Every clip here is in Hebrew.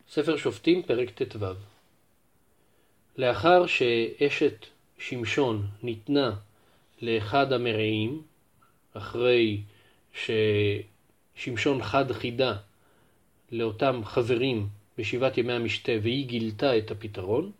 ספר שופטים, פרק ט"ו. לאחר שאשת שמשון ניתנה לאחד המרעים, אחרי ששמשון חד חידה לאותם חברים בשבעת ימי המשתה והיא גילתה את הפתרון,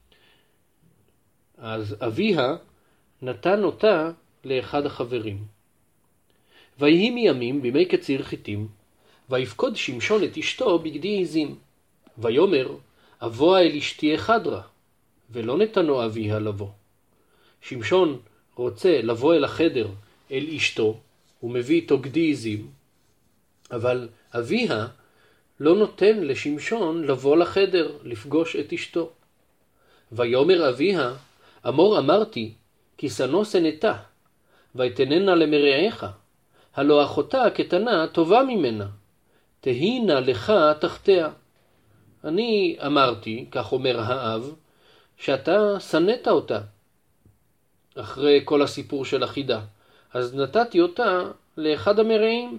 אז אביה נתן אותה לאחד החברים. ויהי מימים בימי קציר חיטים, ויפקוד שמשון את אשתו בגדי עזים. ויאמר, אבוא אל אשתי חדרה, ולא נתנו אביה לבוא. שמשון רוצה לבוא אל החדר אל אשתו, הוא מביא איתו גדי עזים, אבל אביה לא נותן לשמשון לבוא לחדר לפגוש את אשתו. ויאמר אביה, אמור אמרתי, כי שנוא שנאתה, ויתננה למרעיך, הלא אחותה הקטנה טובה ממנה, תהינה לך תחתיה. אני אמרתי, כך אומר האב, שאתה שנאת אותה אחרי כל הסיפור של החידה, אז נתתי אותה לאחד המרעים.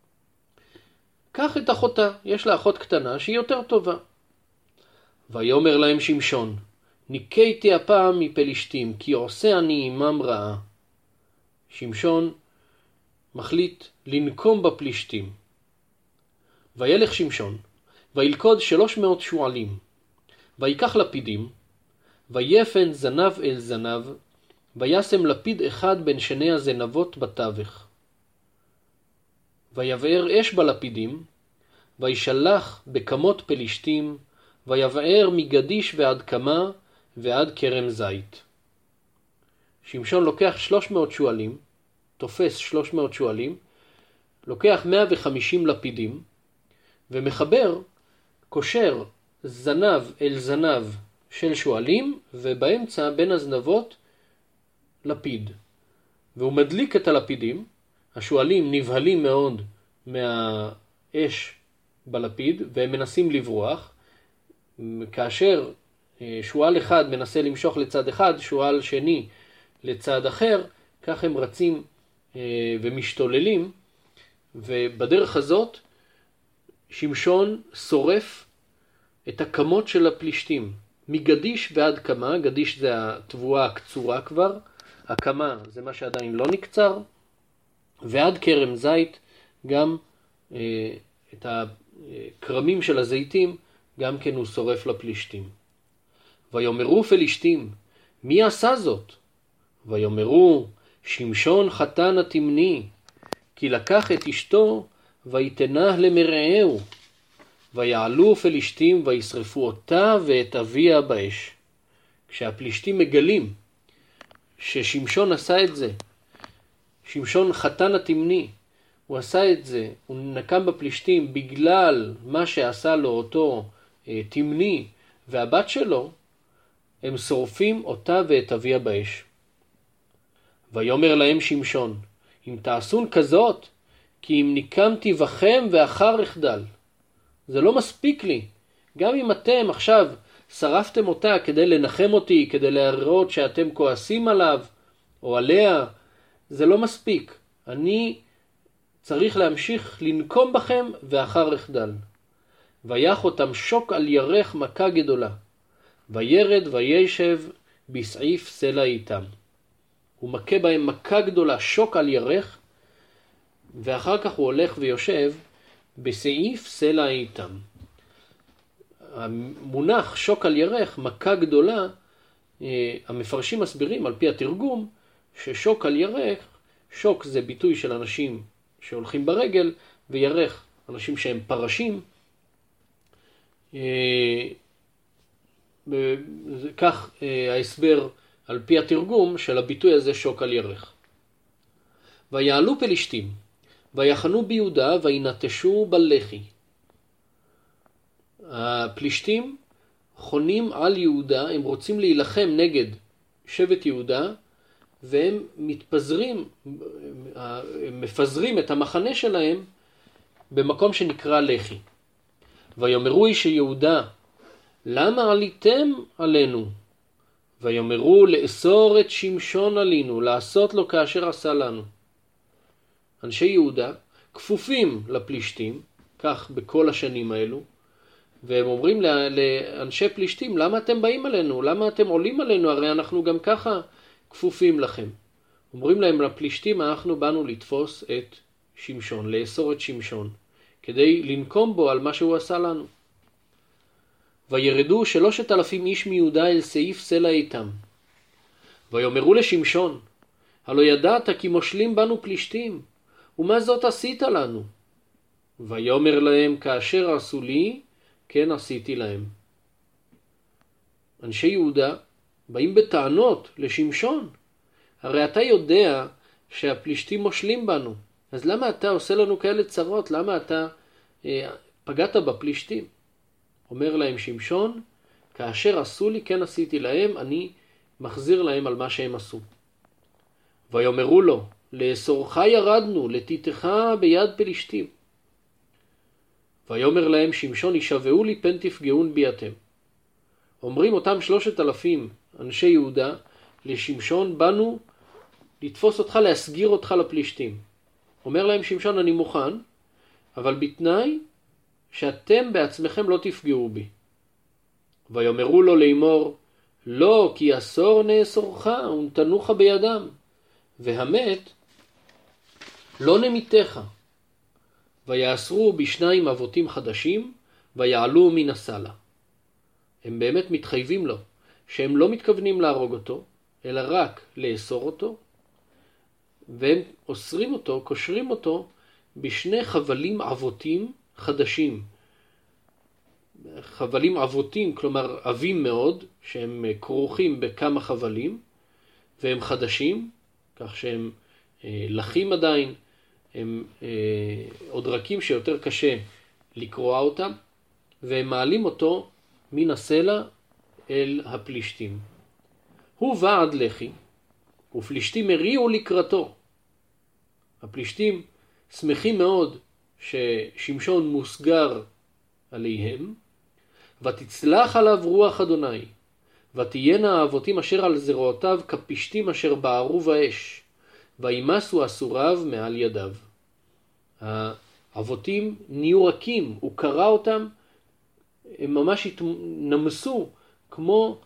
קח את אחותה, יש לה אחות קטנה שהיא יותר טובה. ויאמר להם שמשון, ניקייתי הפעם מפלישתים, כי עושה אני עמם רעה. שמשון מחליט לנקום בפלישתים. וילך שמשון, וילכוד 300 שועלים, ויקח לפידים, ויפן זנב אל זנב, וישם לפיד אחד בין שני הזנבות בתווך. ויבער אש בלפידים, וישלח בכמות פלישתים, ויבער מגדיש ועד קמה ועד כרם זית. שמשון לוקח 300 שועלים, תופס 300 שועלים, לוקח 150 לפידים, ומחבר, קושר זנב אל זנב של שועלים, ובאמצע בין הזנבות לפיד. והוא מדליק את הלפידים, השועלים נבהלים מאוד מהאש בלפיד, והם מנסים לברוח. כאשר שועל אחד מנסה למשוך לצד אחד, שועל שני לצד אחר, כך הם רצים ומשתוללים, ובדרך הזאת שמשון שורף את הקמות של הפלישתים, מגדיש ועד קמה. גדיש זה התבואה הקצורה כבר, הקמה זה מה שעדיין לא נקצר, ועד כרם זית, גם את הקרמים של הזיתים, גם כן הוא שורף לפלישתים. ויאמרו פלישתים, מי עשה זאת? ויאמרו, שמשון חתן התמני, כי לקח את אשתו ויתנה למרעהו. ויעלו פלישתים וישרפו אותה ואת אביה באש. כשהפלישתים מגלים ששמשון עשה את זה, שמשון חתן התמני, הוא עשה את זה, הוא נקם בפלישתים בגלל מה שעשה לו אותו תמני והבת שלו, הם שורפים אותה ואת אביה באש. ויאמר להם שמשון, אם תעשון כזאת, כי אם ניקמתי בכם ואחר אחדל. זה לא מספיק לי. גם אם אתם עכשיו שרפתם אותה כדי לנחם אותי, כדי להראות שאתם כועסים עליו או עליה, זה לא מספיק. אני צריך להמשיך לנקום בכם ואחר אחדל. ויח אותם שוק על ירך מכה גדולה. וירד וישב בסעיף סלע איתם. הוא מכה בהם מכה גדולה, שוק על ירך, ואחר כך הוא הולך ויושב בסעיף סלע איתם. המונח שוק על ירך, מכה גדולה, המפרשים מסבירים על פי התרגום, ששוק על ירך, שוק זה ביטוי של אנשים שהולכים ברגל, וירך, אנשים שהם פרשים. כך ההסבר על פי התרגום של הביטוי הזה שוק על ירך. ויעלו פלישתים, ויחנו ביהודה וינטשו בלחי. הפלישתים חונים על יהודה, הם רוצים להילחם נגד שבט יהודה, והם מתפזרים, הם מפזרים את המחנה שלהם במקום שנקרא לחי. ויאמרו איש יהודה, למה עליתם עלינו? ויאמרו לאסור את שמשון עלינו, לעשות לו כאשר עשה לנו. אנשי יהודה כפופים לפלישתים, כך בכל השנים האלו, והם אומרים לאנשי פלישתים, למה אתם באים עלינו? למה אתם עולים עלינו? הרי אנחנו גם ככה כפופים לכם. אומרים להם לפלישתים, אנחנו באנו לתפוס את שמשון, לאסור את שמשון, כדי לנקום בו על מה שהוא עשה לנו. וירדו 3,000 איש מיהודה אל סעיף סלע איתם. ויאמרו לשמשון, הלא ידעת כי מושלים בנו פלישתים, ומה זאת עשית לנו? ויאמר להם, כאשר עשו לי, כן עשיתי להם. אנשי יהודה באים בטענות לשמשון. הרי אתה יודע שהפלישתים מושלים בנו, אז למה אתה עושה לנו כאלה צרות? למה אתה פגעת בפלישתים? אומר להם שמשון, כאשר עשו לי כן עשיתי להם, אני מחזיר להם על מה שהם עשו. ויאמרו לו, לאסורך ירדנו, לתיתך ביד פלישתים. ויאמר להם שמשון, ישבעו לי פן תפגעון בי אתם. אומרים אותם 3,000 אנשי יהודה לשמשון, באנו לתפוס אותך, להסגיר אותך לפלישתים. אומר להם שמשון, אני מוכן, אבל בתנאי שאתם בעצמכם לא תפגעו בי. ויאמרו לו לאמור, לא, כי אסור נאסורך ונתנוך בידם, והמת לא נמיתך. ויאסרו בשניים אבותים חדשים, ויעלו מן הסלע. הם באמת מתחייבים לו, שהם לא מתכוונים להרוג אותו, אלא רק לאסור אותו, והם אוסרים אותו, קושרים אותו, בשני חבלים אבותים חדשים. חבלים אבותים, כלומר עבים מאוד, שהם כרוכים בכמה חבלים, והם חדשים, כך שהם לחים עדיין, הם עוד רכים שיותר קשה לקרוע אותם, והם מעלים אותו מן הסלע אל הפלישתים. הוא ועד לחי, ופלישתים הריעו לקראתו. הפלישתים שמחים מאוד ששמשון מוסגר עליהם, ותצלח עליו רוח אדוני, ותהיינה האבותים אשר על זרועותיו כפשתים אשר בערו באש, וימסו אסוריו מעל ידיו. האבותים נהיו רכים, הוא קרא אותם, הם ממש נמסו כמו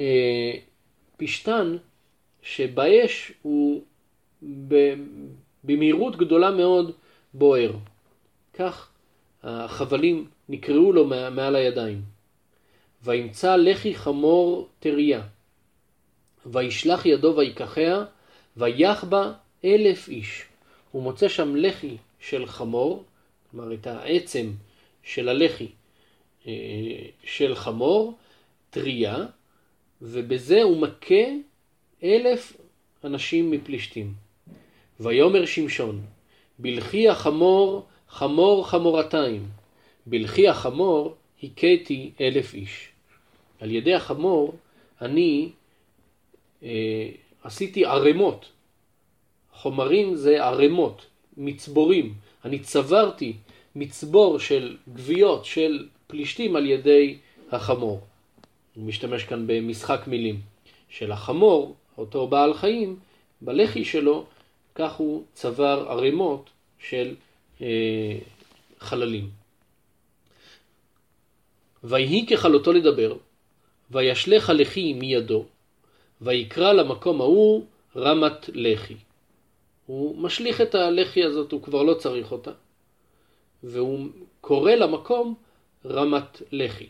פשטן שבאש הוא במהירות גדולה מאוד בוער. כך החבלים נקראו לו מעל הידיים. וימצא לחי חמור טריה, וישלח ידו ויקחיה, ויח בה 1,000 איש. הוא מוצא שם לחי של חמור, כלומר את העצם של הלחי של חמור טריה, ובזה הוא מכה 1,000 אנשים מפלישתים. ויאמר שמשון, בלחי החמור חמור חמורתיים, בלחי החמור הכיתי 1,000 איש. על ידי החמור אני עשיתי ערמות. חומרים זה ערמות, מצבורים. אני צברתי מצבור של גוויות של פלישתים על ידי החמור. הוא משתמש כאן במשחק מילים של החמור, אותו בעל חיים, בלחי שלו, כך הוא צבר ערמות של חללים. ויהי ככלותו לדבר, וישלך הלחי מידו, ויקרא למקום ההוא רמת לחי. הוא משליך את הלחי הזאת, הוא כבר לא צריך אותה, והוא קורא למקום רמת לחי.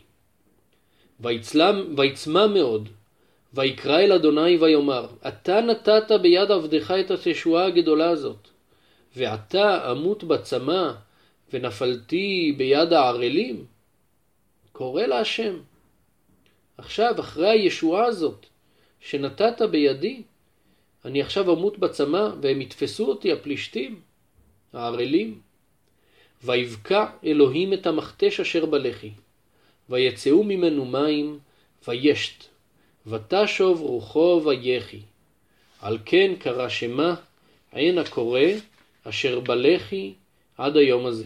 ויצמא מאוד, ויקרא אל אדוני ויאמר, אתה נתת ביד עבדך את התשועה הגדולה הזאת, ועתה אמות בצמא ונפלתי ביד הערלים. קורא להשם, עכשיו אחרי הישועה הזאת שנתת בידי, אני עכשיו אמות בצמא והם יתפסו אותי הפלישתים, הערלים. ויבקע אלוהים את המכתש אשר בלחי, ויצאו ממנו מים, וישת, ותשוב רוחו ויחי. על כן קרא שמה עין הקורא אשר בלחי עד היום הזה.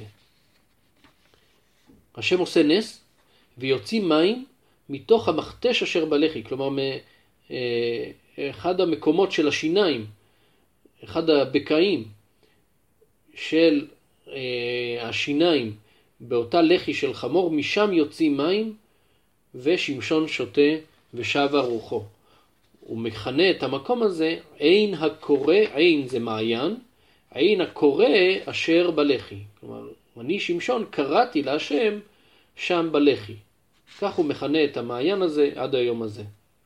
השם עושה נס ויוציא מים מתוך המכתש אשר בלחי, כלומר אחד המקומות של השיניים, אחד הבקעים של השיניים באותה לחי של חמור, משם יוצאים מים, ושמשון שותה ושבה רוחו. הוא מכנה את המקום הזה עין הקורא, עין זה מעיין, עין הקורא אשר בלחי. כלומר, אני שמשון קראתי להשם שם בלחי. כך הוא מכנה את המעיין הזה עד היום הזה.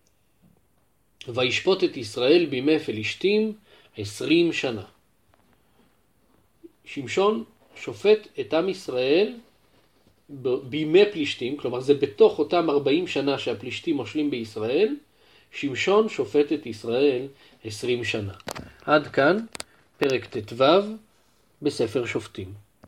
וישפוט את ישראל בימי פלישתים 20 שנה. שמשון שופט את עם ישראל בימי פלישתים, כלומר זה בתוך אותם 40 שנה שהפלישתים מושלים בישראל, שמשון שופט את ישראל 20 שנה. עד כאן פרק ט"ו בספר שופטים.